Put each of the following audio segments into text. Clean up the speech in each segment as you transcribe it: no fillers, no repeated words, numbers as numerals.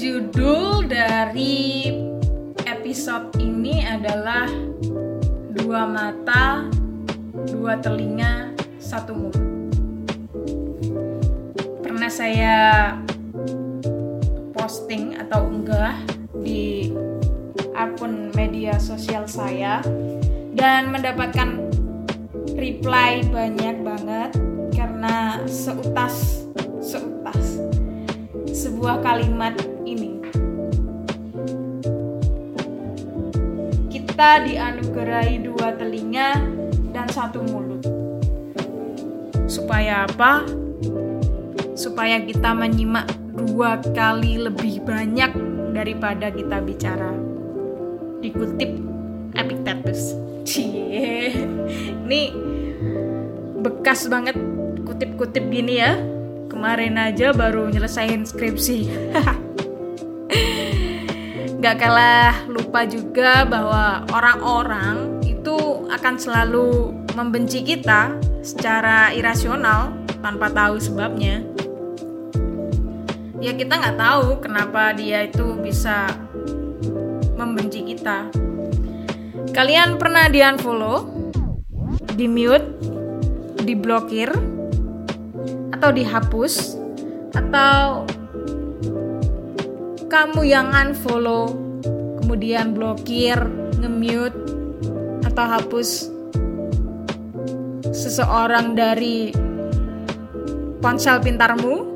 Judul dari episode ini adalah Dua mata, dua telinga, satu mulut. Pernah saya posting atau unggah di akun media sosial saya dan mendapatkan reply banyak banget karena seutas sebuah kalimat ini. Kita dianugerahi dua telinga dan satu mulut. Supaya apa? Supaya kita menyimak 2 kali lebih banyak daripada kita bicara. Dikutip Epictetus. Ini bekas banget kutip-kutip gini ya. Kemarin aja baru nyelesain skripsi. Gak kalah lupa juga bahwa orang-orang itu akan selalu membenci kita secara irasional tanpa tahu sebabnya. Ya kita gak tahu kenapa dia itu bisa membenci kita. Kalian pernah di-unfollow, di-mute, diblokir, atau dihapus, atau kamu yang unfollow, kemudian blokir, nge-mute, atau hapus seseorang dari ponsel pintarmu?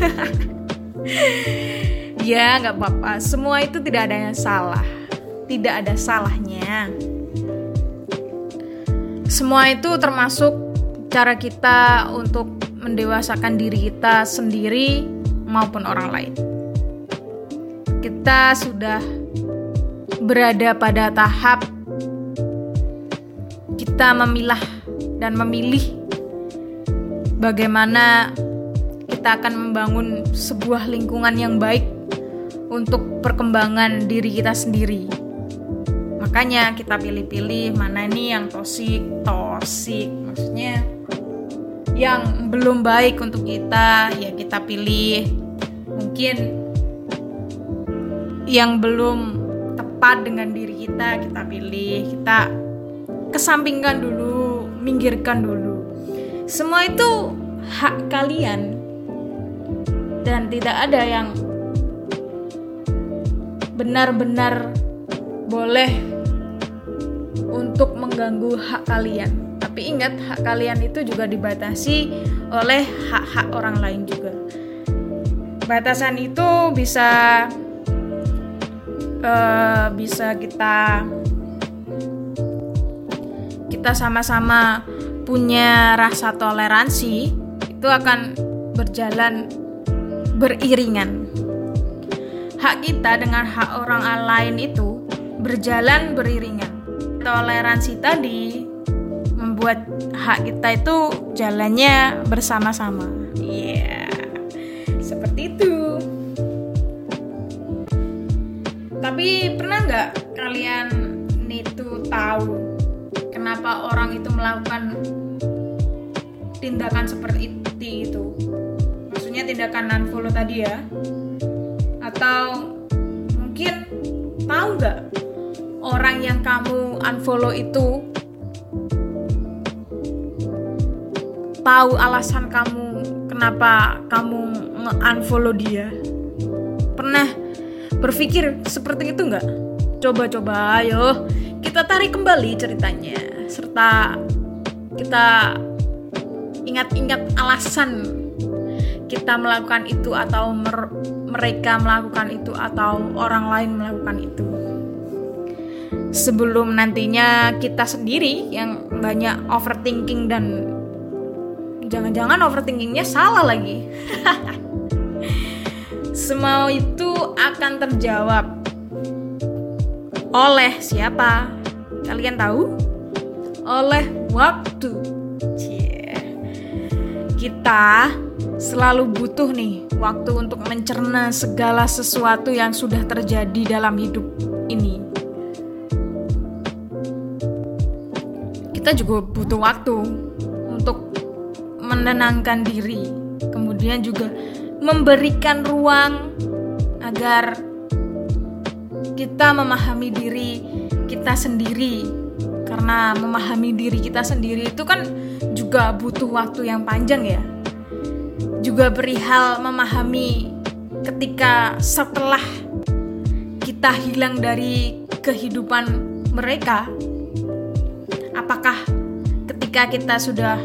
Ya, gak apa-apa. Semua itu tidak ada yang salah. Tidak ada salahnya. Semua itu termasuk cara kita untuk mendewasakan diri kita sendiri maupun orang lain. Kita sudah berada pada tahap kita memilah dan memilih bagaimana kita akan membangun sebuah lingkungan yang baik untuk perkembangan diri kita sendiri. Makanya kita pilih-pilih mana nih yang toksik, maksudnya yang belum baik untuk kita, ya kita pilih. Mungkin yang belum tepat dengan diri kita pilih. Kita kesampingkan dulu, minggirkan dulu. Semua itu hak kalian. Dan tidak ada yang benar-benar boleh untuk mengganggu hak kalian. Tapi ingat, hak kalian itu juga dibatasi oleh hak-hak orang lain juga. Batasan itu bisa kita sama-sama punya rasa toleransi, itu akan berjalan beriringan. Hak kita dengan hak orang lain itu berjalan beriringan. Toleransi tadi membuat hak kita itu jalannya bersama-sama. Iya, seperti itu. Tapi pernah nggak kalian itu tahu kenapa orang itu melakukan tindakan seperti itu? Maksudnya tindakan unfollow tadi ya? Atau mungkin tahu nggak orang yang kamu unfollow itu tahu alasan kamu kenapa kamu nge-unfollow dia? Pernah berpikir seperti itu nggak? Coba ayo kita tarik kembali ceritanya, serta kita ingat-ingat alasan kita melakukan itu, atau mereka melakukan itu, atau orang lain melakukan itu. Sebelum nantinya kita sendiri yang banyak overthinking dan jangan-jangan overthinkingnya salah lagi. Semua itu akan terjawab oleh siapa? Kalian tahu? Oleh waktu. Kita selalu butuh nih waktu untuk mencerna segala sesuatu yang sudah terjadi dalam hidup ini. Kita juga butuh waktu untuk menenangkan diri, kemudian juga memberikan ruang agar kita memahami diri kita sendiri. Karena memahami diri kita sendiri itu kan juga butuh waktu yang panjang ya. Juga perihal memahami ketika setelah kita hilang dari kehidupan mereka, apakah ketika kita sudah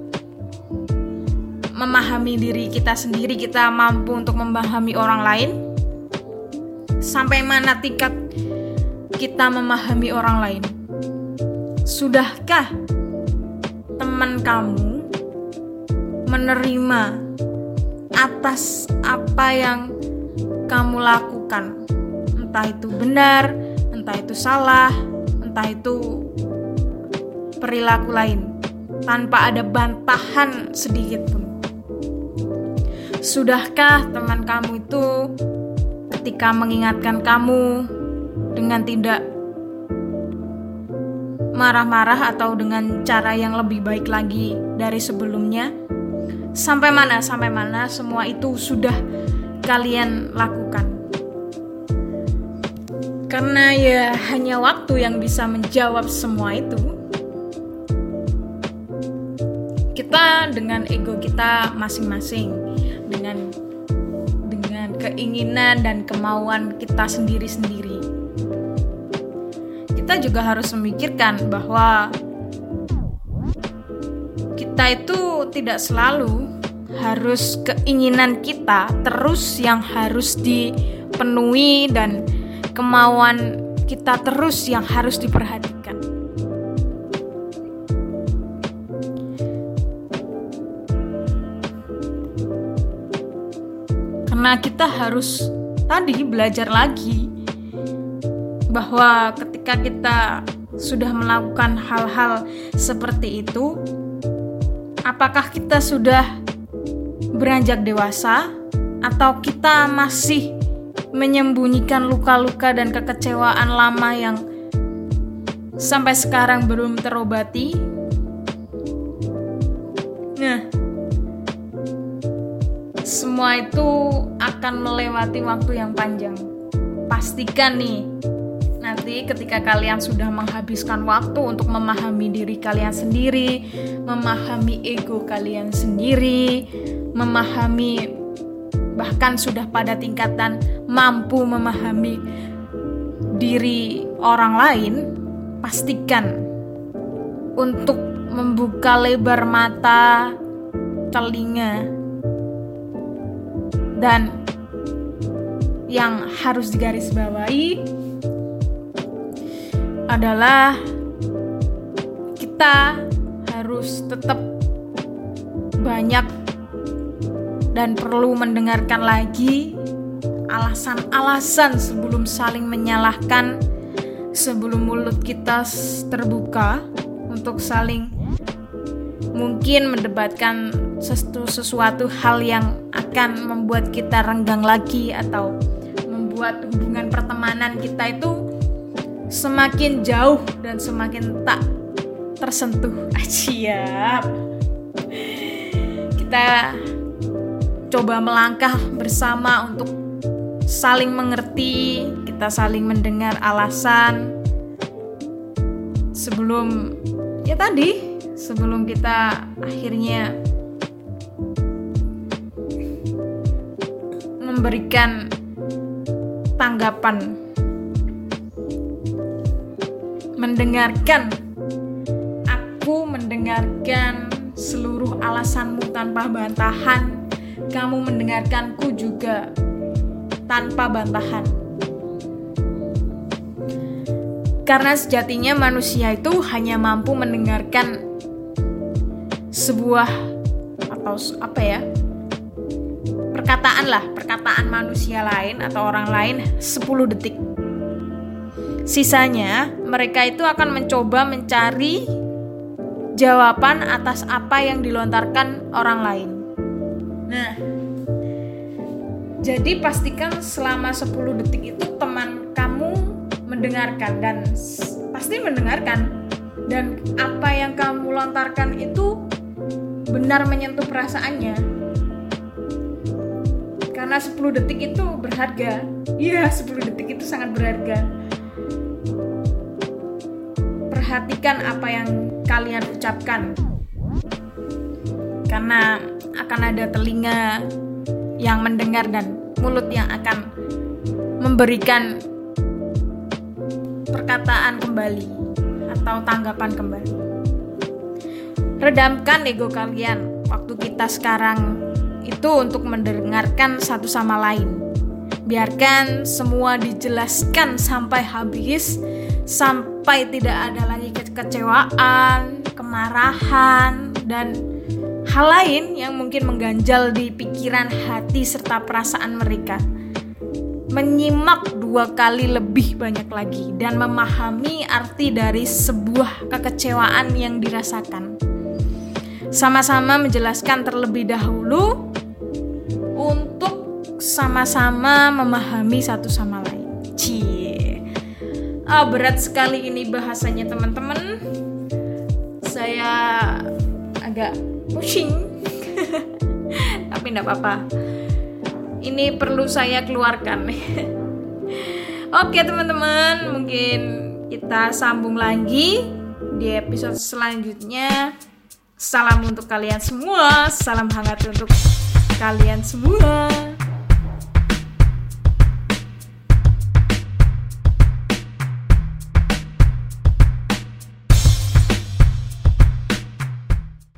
memahami diri kita sendiri, kita mampu untuk memahami orang lain? Sampai mana tingkat kita memahami orang lain? Sudahkah teman kamu menerima atas apa yang kamu lakukan? Entah itu benar, entah itu salah, entah itu perilaku lain, tanpa ada bantahan sedikit pun. Sudahkah teman kamu itu ketika mengingatkan kamu dengan tidak marah-marah atau dengan cara yang lebih baik lagi dari sebelumnya? Sampai mana semua itu sudah kalian lakukan? Karena ya hanya waktu yang bisa menjawab semua itu. Kita dengan ego kita masing-masing, dengan keinginan dan kemauan kita sendiri-sendiri. Kita juga harus memikirkan bahwa kita itu tidak selalu harus keinginan kita terus yang harus dipenuhi dan kemauan kita terus yang harus diperhatikan. Karena kita harus tadi belajar lagi bahwa ketika kita sudah melakukan hal-hal seperti itu, apakah kita sudah beranjak dewasa atau kita masih menyembunyikan luka-luka dan kekecewaan lama yang sampai sekarang belum terobati? Nah, semua itu akan melewati waktu yang panjang. Pastikan nih, nanti ketika kalian sudah menghabiskan waktu untuk memahami diri kalian sendiri, memahami ego kalian sendiri, memahami bahkan sudah pada tingkatan mampu memahami diri orang lain, pastikan untuk membuka lebar mata, telinga, dan yang harus digarisbawahi adalah kita harus tetap banyak dan perlu mendengarkan lagi alasan-alasan sebelum saling menyalahkan, sebelum mulut kita terbuka untuk saling mungkin mendebatkan sesuatu hal yang akan membuat kita renggang lagi atau membuat hubungan pertemanan kita itu semakin jauh dan semakin tak tersentuh. Siap. Kita coba melangkah bersama untuk saling mengerti, kita saling mendengar alasan sebelum kita akhirnya memberikan tanggapan, mendengarkan seluruh alasanmu tanpa bantahan. Kamu mendengarkanku juga tanpa bantahan. Karena sejatinya manusia itu hanya mampu mendengarkan sebuah perkataan manusia lain atau orang lain 10 detik. Sisanya mereka itu akan mencoba mencari jawaban atas apa yang dilontarkan orang lain. Nah, jadi pastikan selama 10 detik itu teman kamu mendengarkan dan pasti mendengarkan, dan apa yang kamu lontarkan itu benar menyentuh perasaannya. Karena karena 10 detik itu berharga. Iya, 10 detik itu sangat berharga. Perhatikan apa yang kalian ucapkan, karena akan ada telinga yang mendengar dan mulut yang akan memberikan perkataan kembali atau tanggapan kembali. Redamkan ego kalian waktu kita sekarang itu untuk mendengarkan satu sama lain. Biarkan semua dijelaskan sampai habis, sampai tidak ada lagi kekecewaan, kemarahan, dan hal lain yang mungkin mengganjal di pikiran, hati, serta perasaan mereka. Menyimak 2 kali lebih banyak lagi dan memahami arti dari sebuah kekecewaan yang dirasakan. Sama-sama menjelaskan terlebih dahulu untuk sama-sama memahami satu sama lain. Berat sekali ini bahasanya teman-teman. Saya agak pusing. Tapi enggak apa-apa. Ini perlu saya keluarkan. Oke teman-teman, mungkin kita sambung lagi di episode selanjutnya. Salam untuk kalian semua, salam hangat untuk kalian semua.